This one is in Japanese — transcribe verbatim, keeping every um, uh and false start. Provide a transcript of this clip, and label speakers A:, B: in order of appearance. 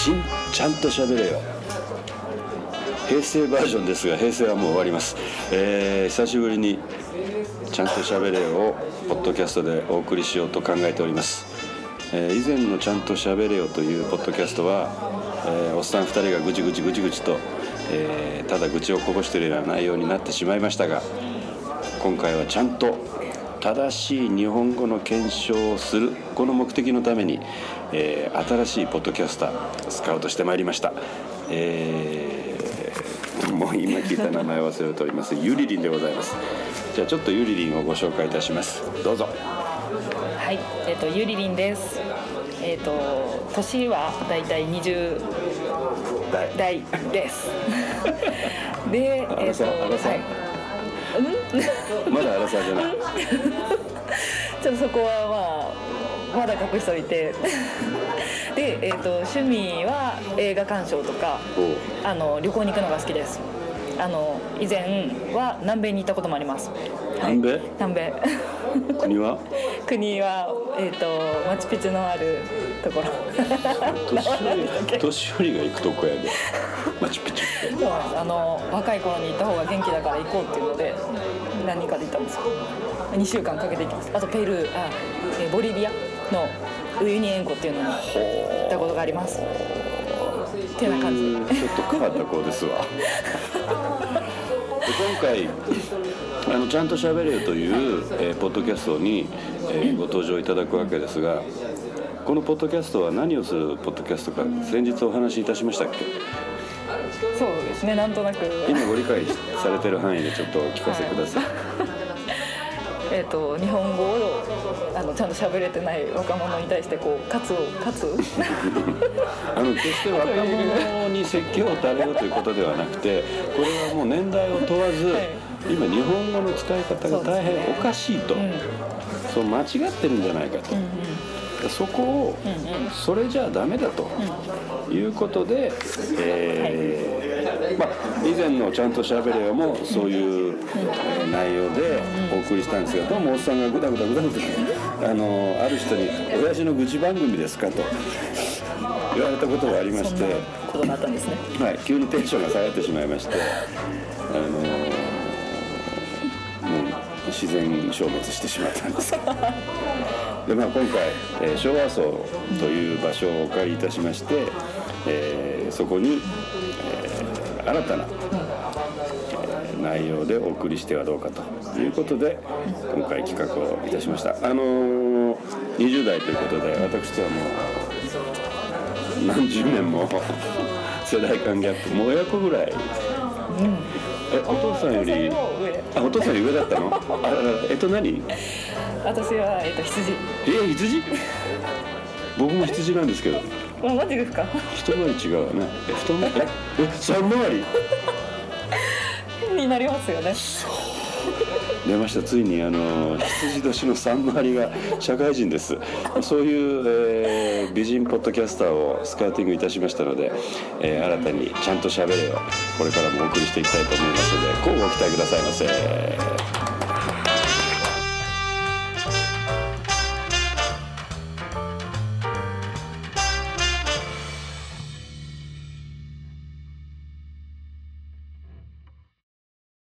A: 新ちゃんと喋れよ平成バージョンですが、平成はもう終わります、えー、久しぶりにちゃんと喋れよをポッドキャストでお送りしようと考えております、えー、以前のちゃんと喋れよというポッドキャストは、えー、おっさんふたりがぐちぐちぐちぐちと、えー、ただ愚痴をこぼしているような内容になってしまいましたが、今回はちゃんと正しい日本語の検証をする、この目的のために、えー、新しいポッドキャスタースカウトしてまいりました、えー、もう今聞いた名前を忘れておりますゆりりんでございます。じゃあちょっとゆりりんをご紹介いたします。どうぞ。
B: はい、えっとゆりりんです。えっと年はだいたいにじゅう代です。で、
A: えっとあらさ、はい、うん、まだあらさじゃない。
B: ちょっとそこはまあまだ隠しておいて。で、えっと趣味は映画鑑賞とか、あの旅行に行くのが好きです。あの以前は南米に行ったこともあります。
A: 南米？
B: 南米。
A: 国は？国
B: はえっとマチュピチュのあるところ。
A: 年寄りが行くとこやで。マチュピチュって。
B: そうなんです。あの若い頃に行った方が元気だから行こうっていうので何人かで行ったんですよ。にしゅうかんかけて行きます。あとペルー、あ、えボリビアのウユニ塩湖っていうのに行ったことがあります。ってな感じ。
A: ちょっと変わった子ですわ。今回あのちゃんと喋れよという、えー、ポッドキャストに、えー、ご登場いただくわけですが、このポッドキャストは何をするポッドキャストか先日お話しいたしましたっけ？
B: そうですね、なんとなく
A: 今ご理解されてる範囲でちょっとお聞かせください。はい、
B: えーと日本語をあのちゃんと喋れてない若者に対してこう喝を喝
A: あの決して若者に説教を垂れるということではなくて、これはもう年代を問わず、はい、今日本語の使い方が大変おかしいと、そう、ね、うん、そう間違ってるんじゃないかと、うんうん、そこを、うんうん、それじゃダメだと、うん、いうことで、えーはい、まあ、以前のちゃんと喋れよもそういう、えー、内容でお送りしたんですが、どうもおっさんがぐだぐだぐだぐだあのある人に「親父の愚痴番組ですか?」と言われたことがありまして、そんな
B: ことだったんですね。
A: はい、急にテンションが下がってしまいまして、あのもう自然消滅してしまったんですけどで、まあ、今回、えー、昭和荘という場所をお借りいたしまして、えー、そこに、えー、新たな、えー、内容でお送りしてはどうかということで今回企画をいたしました。あのー、にじゅう代ということで私とはもう何十年も世代間ギャップ、もう親子ぐらい、うん、えお父さんよりあお父さんより上だったの？あえっと何？
B: 私は、えっと、羊。
A: え羊？僕も羊なんですけど。
B: あ、マジですか？
A: 一回り違うわね。え二回りえ三回り
B: になりますよね。
A: 出ました。ついにあの羊年のさん回りが社会人です。そういう、えー、美人ポッドキャスターをスカウティングいたしましたので、えー、新たにちゃんと喋れよこれからもお送りしていきたいと思いますので、乞うご期待くださいませ。